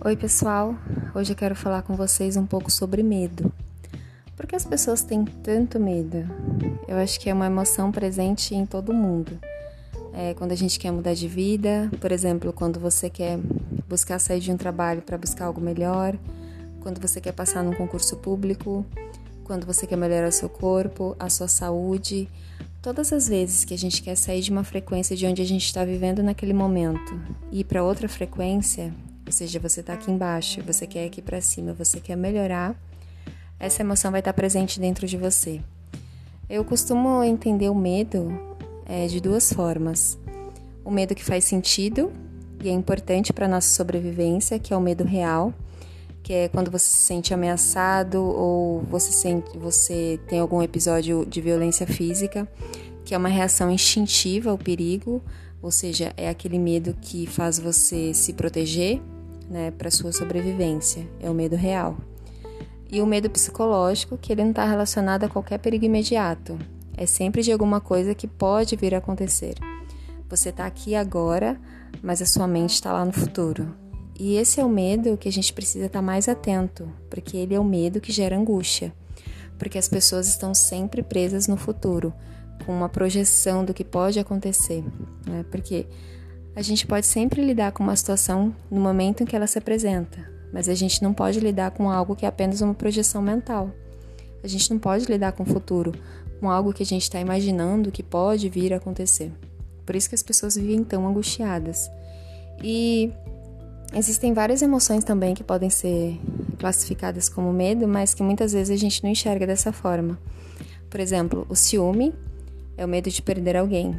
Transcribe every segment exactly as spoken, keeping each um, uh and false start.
Oi pessoal, hoje eu quero falar com vocês um pouco sobre medo. Por que as pessoas têm tanto medo? Eu acho que é uma emoção presente em todo mundo. É quando a gente quer mudar de vida, por exemplo, quando você quer buscar sair de um trabalho para buscar algo melhor, quando você quer passar num concurso público, quando você quer melhorar o seu corpo, a sua saúde. Todas as vezes que a gente quer sair de uma frequência de onde a gente está vivendo naquele momento e ir para outra frequência, ou seja, você está aqui embaixo, você quer ir aqui para cima, você quer melhorar, essa emoção vai estar presente dentro de você. Eu costumo entender o medo é, de duas formas. O medo que faz sentido e é importante para a nossa sobrevivência, que é o medo real, que é quando você se sente ameaçado ou você, sente, você tem algum episódio de violência física, que é uma reação instintiva ao perigo, ou seja, é aquele medo que faz você se proteger, né, para sua sobrevivência, é o medo real. E o medo psicológico, que ele não está relacionado a qualquer perigo imediato, é sempre de alguma coisa que pode vir a acontecer. Você está aqui agora, mas a sua mente está lá no futuro. E esse é o medo que a gente precisa estar mais atento, porque ele é o medo que gera angústia, porque as pessoas estão sempre presas no futuro, com uma projeção do que pode acontecer, né? Porque a gente pode sempre lidar com uma situação no momento em que ela se apresenta, mas a gente não pode lidar com algo que é apenas uma projeção mental. A gente não pode lidar com o futuro, com algo que a gente está imaginando que pode vir a acontecer. Por isso que as pessoas vivem tão angustiadas. E existem várias emoções também que podem ser classificadas como medo, mas que muitas vezes a gente não enxerga dessa forma. Por exemplo, o ciúme é o medo de perder alguém.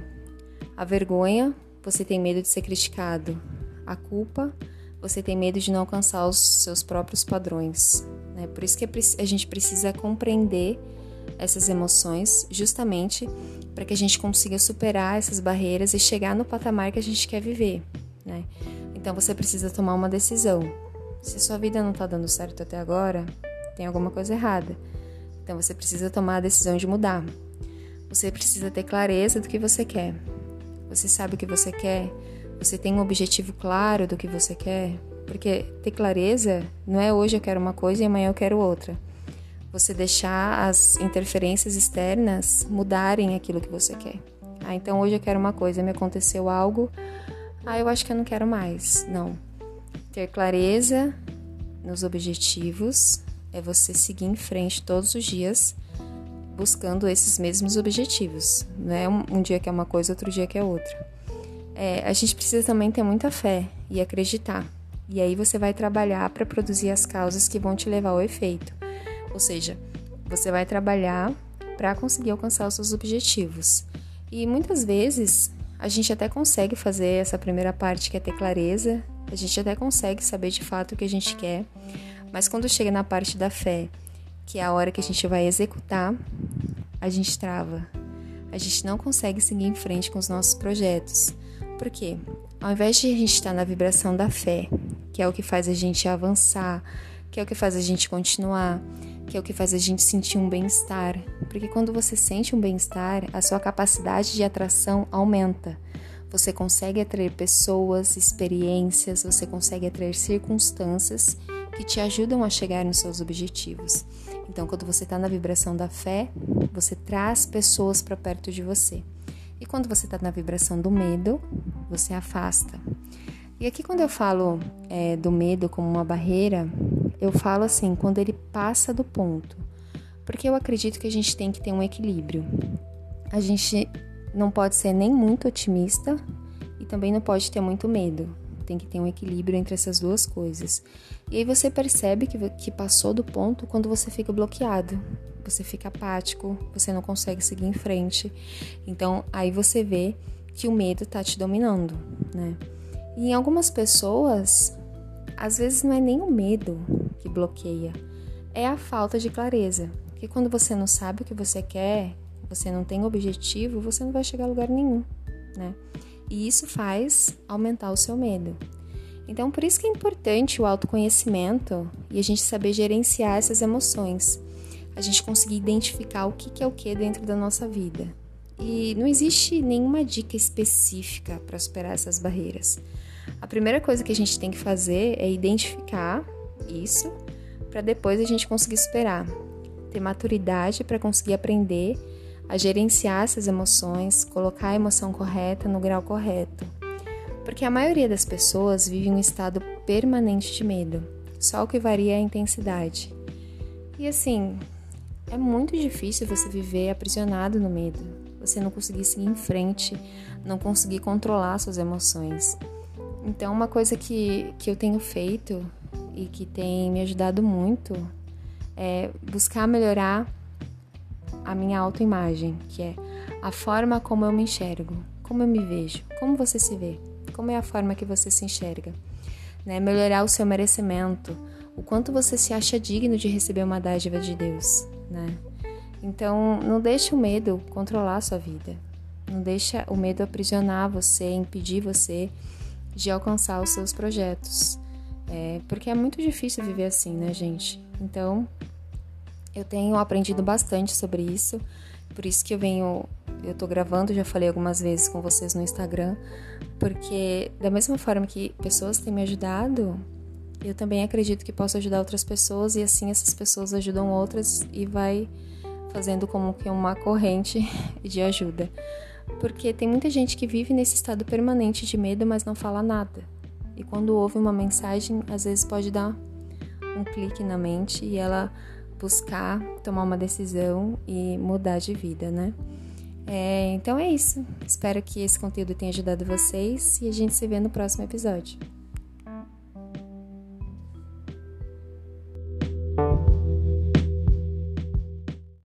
A vergonha, você tem medo de ser criticado. A culpa, você tem medo de não alcançar os seus próprios padrões, né? Por isso que a gente precisa compreender essas emoções, justamente para que a gente consiga superar essas barreiras e chegar no patamar que a gente quer viver, né? Então você precisa tomar uma decisão. Se sua vida não está dando certo até agora, tem alguma coisa errada. Então você precisa tomar a decisão de mudar. Você precisa ter clareza do que você quer. Você sabe o que você quer? Você tem um objetivo claro do que você quer? Porque ter clareza não é hoje eu quero uma coisa e amanhã eu quero outra. Você deixar as interferências externas mudarem aquilo que você quer. Ah, então hoje eu quero uma coisa, me aconteceu algo, ah, eu acho que eu não quero mais. Não. Ter clareza nos objetivos é você seguir em frente todos os dias buscando esses mesmos objetivos. Não é um, um dia que é uma coisa, outro dia que é outra. É, a gente precisa também ter muita fé e acreditar. E aí você vai trabalhar para produzir as causas que vão te levar ao efeito. Ou seja, você vai trabalhar para conseguir alcançar os seus objetivos. E muitas vezes a gente até consegue fazer essa primeira parte, que é ter clareza, a gente até consegue saber de fato o que a gente quer, mas quando chega na parte da fé, que é a hora que a gente vai executar, a gente trava. A gente não consegue seguir em frente com os nossos projetos. Por quê? Ao invés de a gente estar na vibração da fé, que é o que faz a gente avançar, que é o que faz a gente continuar, que é o que faz a gente sentir um bem-estar. Porque quando você sente um bem-estar, a sua capacidade de atração aumenta. Você consegue atrair pessoas, experiências, você consegue atrair circunstâncias que te ajudam a chegar nos seus objetivos. Então, quando você está na vibração da fé, você traz pessoas para perto de você. E quando você está na vibração do medo, você afasta. E aqui, quando eu falo é, do medo como uma barreira, eu falo assim, quando ele passa do ponto. Porque eu acredito que a gente tem que ter um equilíbrio. A gente não pode ser nem muito otimista e também não pode ter muito medo. Tem que ter um equilíbrio entre essas duas coisas. E aí você percebe que, que passou do ponto quando você fica bloqueado. Você fica apático, você não consegue seguir em frente. Então, aí você vê que o medo tá te dominando, né? E em algumas pessoas, às vezes não é nem o medo que bloqueia, é a falta de clareza. Porque quando você não sabe o que você quer, você não tem objetivo, você não vai chegar a lugar nenhum, né? E isso faz aumentar o seu medo. Então, por isso que é importante o autoconhecimento e a gente saber gerenciar essas emoções. A gente conseguir identificar o que é o que dentro da nossa vida. E não existe nenhuma dica específica para superar essas barreiras. A primeira coisa que a gente tem que fazer é identificar isso, para depois a gente conseguir superar. Ter maturidade para conseguir aprender a gerenciar essas emoções, colocar a emoção correta no grau correto. Porque a maioria das pessoas vive um estado permanente de medo, só o que varia é a intensidade. E assim, é muito difícil você viver aprisionado no medo, você não conseguir seguir em frente, não conseguir controlar suas emoções. Então, uma coisa que, que eu tenho feito e que tem me ajudado muito é buscar melhorar a minha autoimagem, que é a forma como eu me enxergo, como eu me vejo, como você se vê, como é a forma que você se enxerga, né? Melhorar o seu merecimento, o quanto você se acha digno de receber uma dádiva de Deus, né? Então, não deixe o medo controlar a sua vida, não deixa o medo aprisionar você, impedir você de alcançar os seus projetos, é, porque é muito difícil viver assim, né, gente? Então, eu tenho aprendido bastante sobre isso, por isso que eu venho, eu tô gravando, já falei algumas vezes com vocês no Instagram, porque da mesma forma que pessoas têm me ajudado, eu também acredito que posso ajudar outras pessoas, e assim essas pessoas ajudam outras e vai fazendo como que uma corrente de ajuda. Porque tem muita gente que vive nesse estado permanente de medo, mas não fala nada. E quando ouve uma mensagem, às vezes pode dar um clique na mente e ela buscar tomar uma decisão e mudar de vida, né? É, então é isso. Espero que esse conteúdo tenha ajudado vocês e a gente se vê no próximo episódio.